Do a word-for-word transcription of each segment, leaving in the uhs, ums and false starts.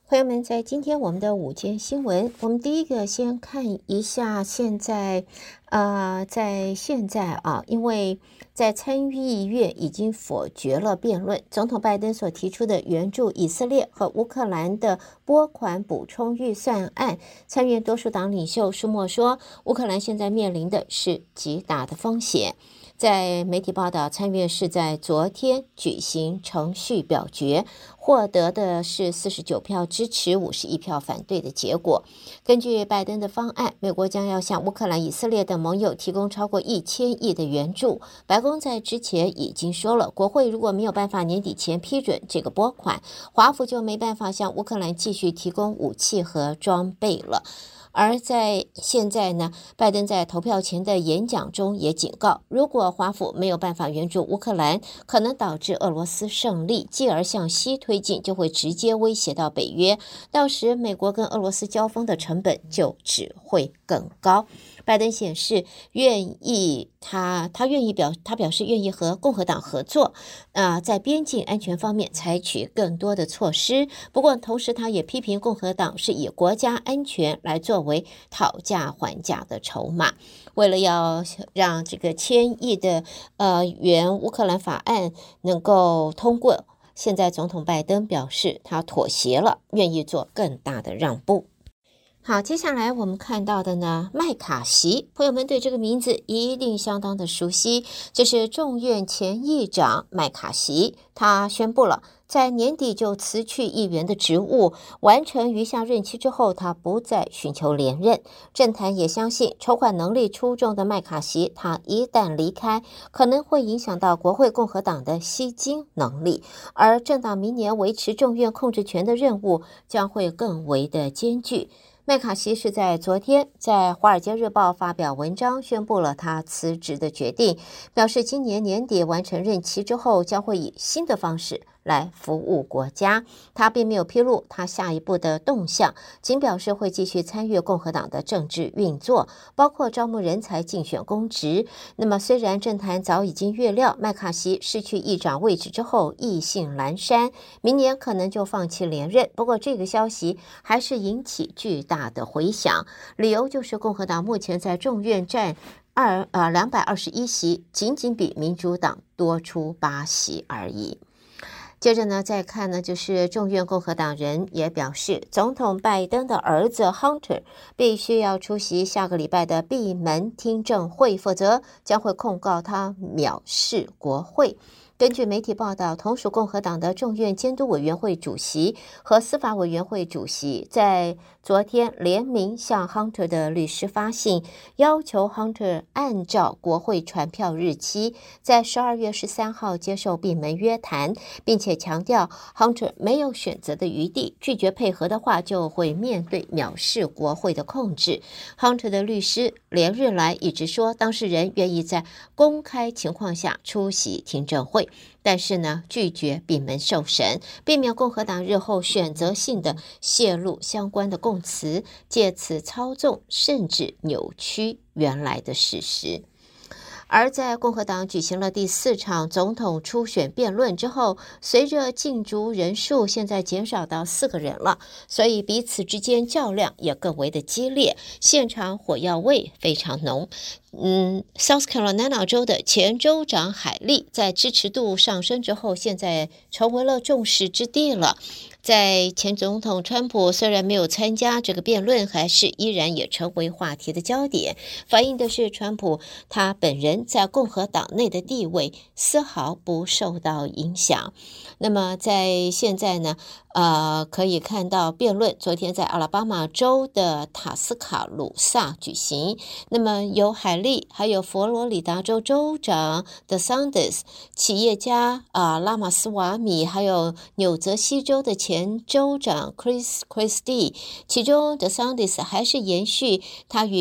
朋友们，在今天我们的午间新闻，我们第一个先看一下现在，呃，在现在啊，因为在参议院已经否决了辩论总统拜登所提出的援助以色列和乌克兰的拨款补充预算案，参议院多数党领袖舒默说，乌克兰现在面临的是极大的风险。在媒体报道，参议院是在昨天举行程序表决，获得的是四十九票支持、五十一票反对的结果。根据拜登的方案，美国将要向乌克兰、以色列等盟友提供超过一千亿的援助。白宫在之前已经说了，国会如果没有办法年底前批准这个拨款，华府就没办法向乌克兰继续提供武器和装备了。而在现在呢，拜登在投票前的演讲中也警告，如果华府没有办法援助乌克兰，可能导致俄罗斯胜利，继而向西推进，就会直接威胁到北约，到时美国跟俄罗斯交锋的成本就只会更高。拜登显示愿意，他他愿意表他表示愿意和共和党合作，呃，在边境安全方面采取更多的措施。不过，同时他也批评共和党是以国家安全来作为讨价还价的筹码。为了要让这个千亿的呃援乌克兰法案能够通过，现在总统拜登表示他妥协了，愿意做更大的让步。好，接下来我们看到的呢，麦卡锡，朋友们对这个名字一定相当的熟悉，这是众院前议长麦卡锡，他宣布了在年底就辞去议员的职务，完成余下任期之后，他不再寻求连任。政坛也相信筹款能力出众的麦卡锡，他一旦离开，可能会影响到国会共和党的吸金能力，而政党明年维持众院控制权的任务将会更为的艰巨。麦卡锡是在昨天在《华尔街日报》发表文章，宣布了他辞职的决定，表示今年年底完成任期之后，将会以新的方式来服务国家。他并没有披露他下一步的动向，仅表示会继续参与共和党的政治运作，包括招募人才、竞选公职。那么，虽然政坛早已经预料麦卡锡失去议长位置之后意兴阑珊，明年可能就放弃连任，不过这个消息还是引起巨大的回响，理由就是共和党目前在众院占二呃两百二十一席，仅仅比民主党多出八席而已。接着呢，再看呢，就是众院共和党人也表示，总统拜登的儿子 Hunter 必须要出席下个礼拜的闭门听证会，否则将会控告他藐视国会。根据媒体报道，同属共和党的众院监督委员会主席和司法委员会主席在昨天联名向 Hunter 的律师发信，要求 Hunter 按照国会传票日期，在十二月十三号接受闭门约谈，并且强调 Hunter 没有选择的余地，拒绝配合的话就会面对藐视国会的控制。Hunter 的律师连日来一直说，当事人愿意在公开情况下出席听证会，但是呢，拒绝闭门受审，避免共和党日后选择性的泄露相关的供词，借此操纵甚至扭曲原来的事实。而在共和党举行了第四场总统初选辩论之后，随着竞逐人数现在减少到四个人了，所以彼此之间较量也更为的激烈，现场火药味非常浓。嗯 ，South Carolina 州的前州长海莉在支持度上升之后，现在成为了众矢之的了。在前总统川普虽然没有参加这个辩论，还是依然也成为话题的焦点，反映的是川普他本人在共和党内的地位丝毫不受到影响。那么在现在呢，呃，可以看到辩论昨天在阿拉巴马州的塔斯卡鲁萨举行，那么由海莉还有佛罗里达州州长 DeSantis、 企业家啊拉马斯瓦米，还有纽泽西州的前州长 Chris Christie， 其中 DeSantis 还是延续他与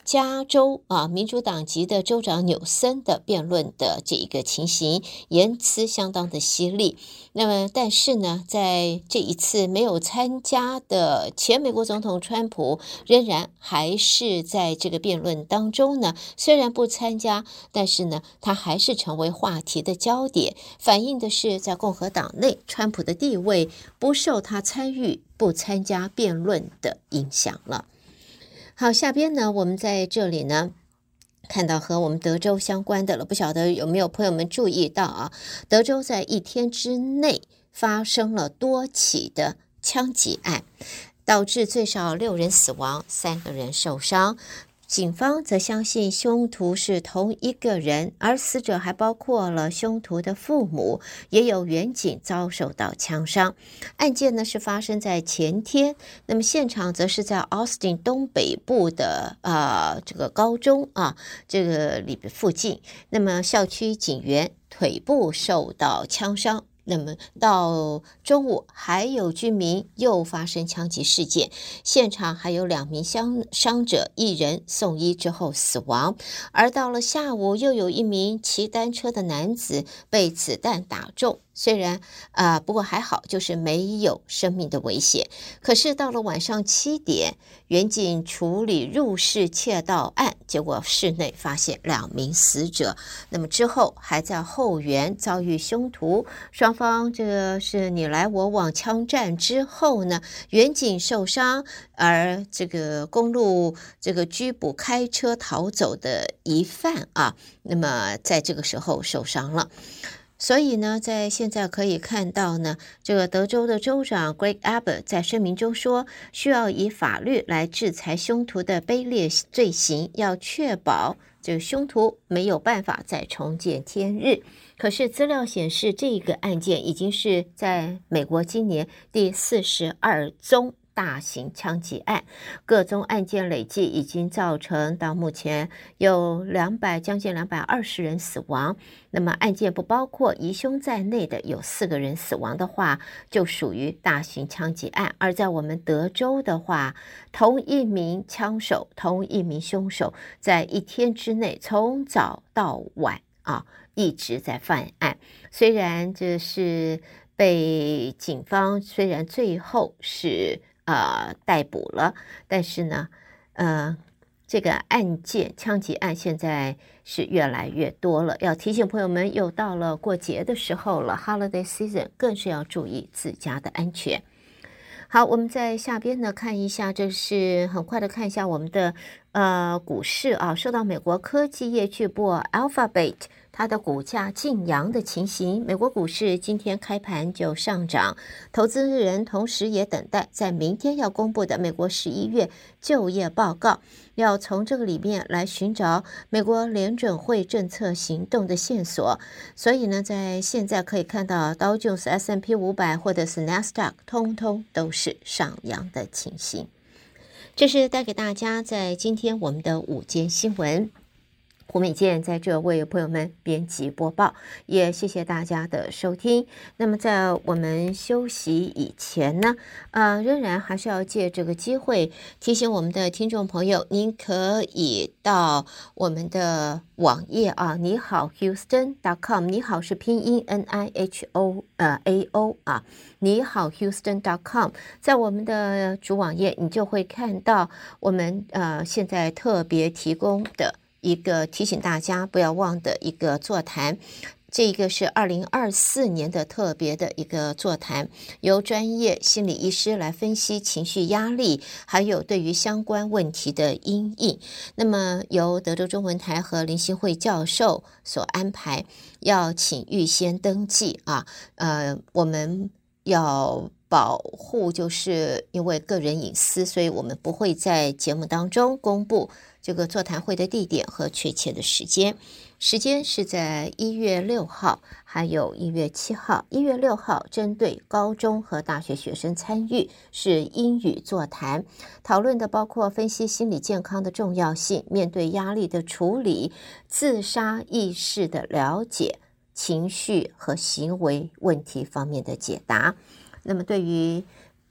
加州啊，民主党籍的州长纽森的辩论的这一个情形，言辞相当的犀利。那么，但是呢，在这一次没有参加的前美国总统川普，仍然还是在这个辩论当中呢。虽然不参加，但是呢，他还是成为话题的焦点，反映的是在共和党内，川普的地位不受他参与、不参加辩论的影响了。好，下边呢，我们在这里呢看到和我们德州相关的了，不晓得有没有朋友们注意到啊？德州在一天之内发生了多起的枪击案，导致最少六人死亡，三个人受伤。警方则相信凶徒是同一个人，而死者还包括了凶徒的父母，也有远警遭受到枪伤。案件呢是发生在前天，那么现场则是在 Austin 东北部的呃这个高中啊这个里附近，那么校区警员腿部受到枪伤。那么到中午还有居民又发生枪击事件，现场还有两名伤伤者，一人送医之后死亡。而到了下午又有一名骑单车的男子被子弹打中，虽然啊、呃，不过还好，就是没有生命的危险。可是到了晚上七点，远警处理入室窃盗案，结果室内发现两名死者。那么之后还在后园遭遇凶徒，双方这个是你来我往枪战之后呢，远警受伤，而这个公路这个拘捕开车逃走的疑犯啊，那么在这个时候受伤了。所以呢，在现在可以看到呢，这个德州的州长 Greg Abbott 在声明中说，需要以法律来制裁凶徒的卑劣罪行，要确保这个凶徒没有办法再重见天日。可是资料显示，这个案件已经是在美国今年第四十二宗大型枪击案，各宗案件累计已经造成到目前有两百将近两百二十人死亡。那么案件不包括疑凶在内的有四个人死亡的话，就属于大型枪击案。而在我们德州的话，同一名枪手、同一名凶手在一天之内从早到晚啊一直在犯案。虽然这是被警方虽然最后是呃逮捕了，但是呢呃这个案件枪击案现在是越来越多了，要提醒朋友们，又到了过节的时候了 Holiday Season， 更是要注意自家的安全。好，我们在下边呢看一下，这是很快的看一下我们的呃股市啊，受到美国科技业巨擘 Alphabet它的股价劲扬的情形，美国股市今天开盘就上涨，投资人同时也等待在明天要公布的美国十一月就业报告，要从这个里面来寻找美国联准会政策行动的线索。所以呢，在现在可以看到道琼斯 S and P 五百或者是 Nasdaq 通通都是上扬的情形。这是带给大家在今天我们的午间新闻，胡美健在这为朋友们编辑播报，也谢谢大家的收听。那么在我们休息以前呢，呃，仍然还是要借这个机会提醒我们的听众朋友，您可以到我们的网页啊，你好 Houston dot com， 你好是拼音 N I H O 呃 A O 啊，你好 Houston dot com， 在我们的主网页你就会看到我们呃现在特别提供的一个提醒大家不要忘的一个座谈，这个是二零二四年的特别的一个座谈，由专业心理医师来分析情绪压力，还有对于相关问题的因应。那么由德州中文台和林新慧教授所安排，要请预先登记啊，呃，我们要保护，就是因为个人隐私，所以我们不会在节目当中公布这个座谈会的地点和确切的时间。时间是在一月六号还有一月七号。一月六号针对高中和大学学生参与，是英语座谈，讨论的包括分析心理健康的重要性，面对压力的处理，自杀意识的了解，情绪和行为问题方面的解答。那么对于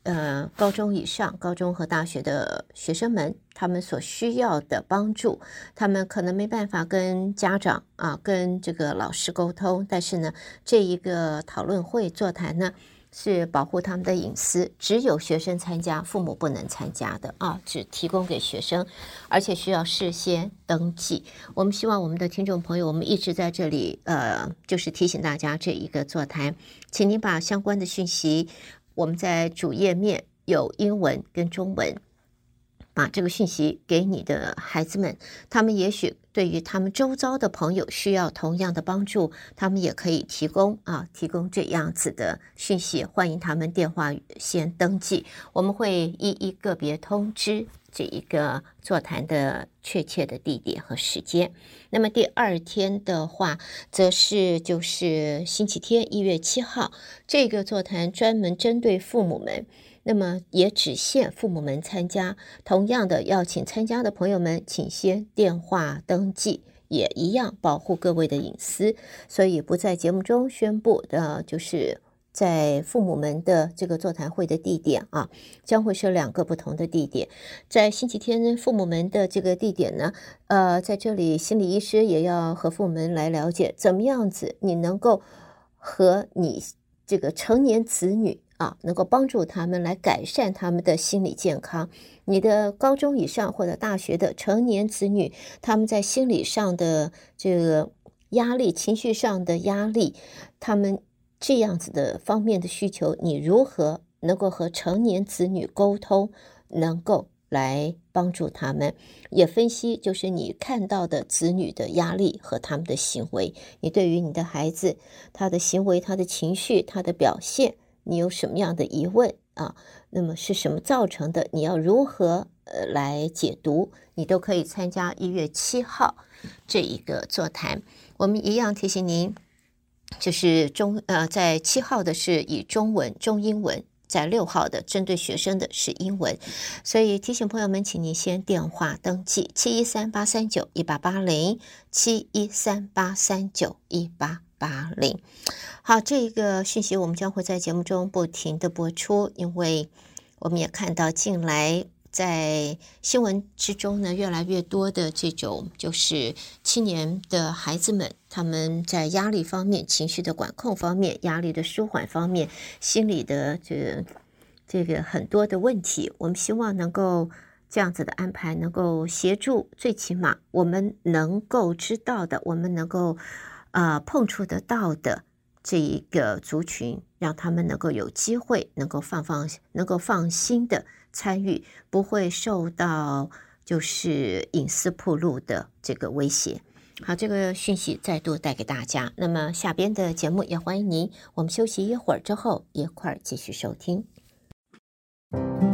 呃高中以上、高中和大学的学生们，他们所需要的帮助，他们可能没办法跟家长啊、跟这个老师沟通，但是呢，这一个讨论会座谈呢，是保护他们的隐私，只有学生参加，父母不能参加的啊，只提供给学生，而且需要事先登记。我们希望我们的听众朋友，我们一直在这里，呃，就是提醒大家这一个座谈，请您把相关的讯息，我们在主页面有英文跟中文，把这个讯息给你的孩子们，他们也许对于他们周遭的朋友需要同样的帮助，他们也可以提供啊，提供这样子的讯息，欢迎他们电话先登记，我们会一一个别通知这一个座谈的确切的地点和时间。那么第二天的话，则是就是星期天一月七号，这个座谈专门针对父母们。那么也只限父母们参加，同样的要请参加的朋友们，请先电话登记，也一样保护各位的隐私，所以不在节目中宣布的，就是在父母们的这个座谈会的地点啊，将会是两个不同的地点。在星期天父母们的这个地点呢，呃，在这里心理医师也要和父母们来了解，怎么样子你能够和你这个成年子女啊，能够帮助他们来改善他们的心理健康。你的高中以上或者大学的成年子女，他们在心理上的这个压力、情绪上的压力，他们这样子的方面的需求，你如何能够和成年子女沟通，能够来帮助他们，也分析就是你看到的子女的压力和他们的行为，你对于你的孩子他的行为、他的情绪、他的表现，你有什么样的疑问啊？那么是什么造成的？你要如何呃来解读？你都可以参加一月七号这一个座谈。我们一样提醒您，就是中呃在七号的是以中文、中英文。在六号的针对学生的是英文，所以提醒朋友们，请你先电话登记七一三八三九一八八零七一三八三九一八八零。好，这个讯息我们将会在节目中不停的播出，因为我们也看到近来在新闻之中呢，越来越多的这种就是青年的孩子们，他们在压力方面、情绪的管控方面、压力的舒缓方面、心理的这个这个很多的问题，我们希望能够这样子的安排，能够协助，最起码我们能够知道的，我们能够呃碰触得到的这一个族群，让他们能够有机会，能够放放，能够放心的参与，不会受到就是隐私暴露的这个威胁。好，这个讯息再度带给大家。那么下边的节目也欢迎您，我们休息一会儿之后一块儿继续收听。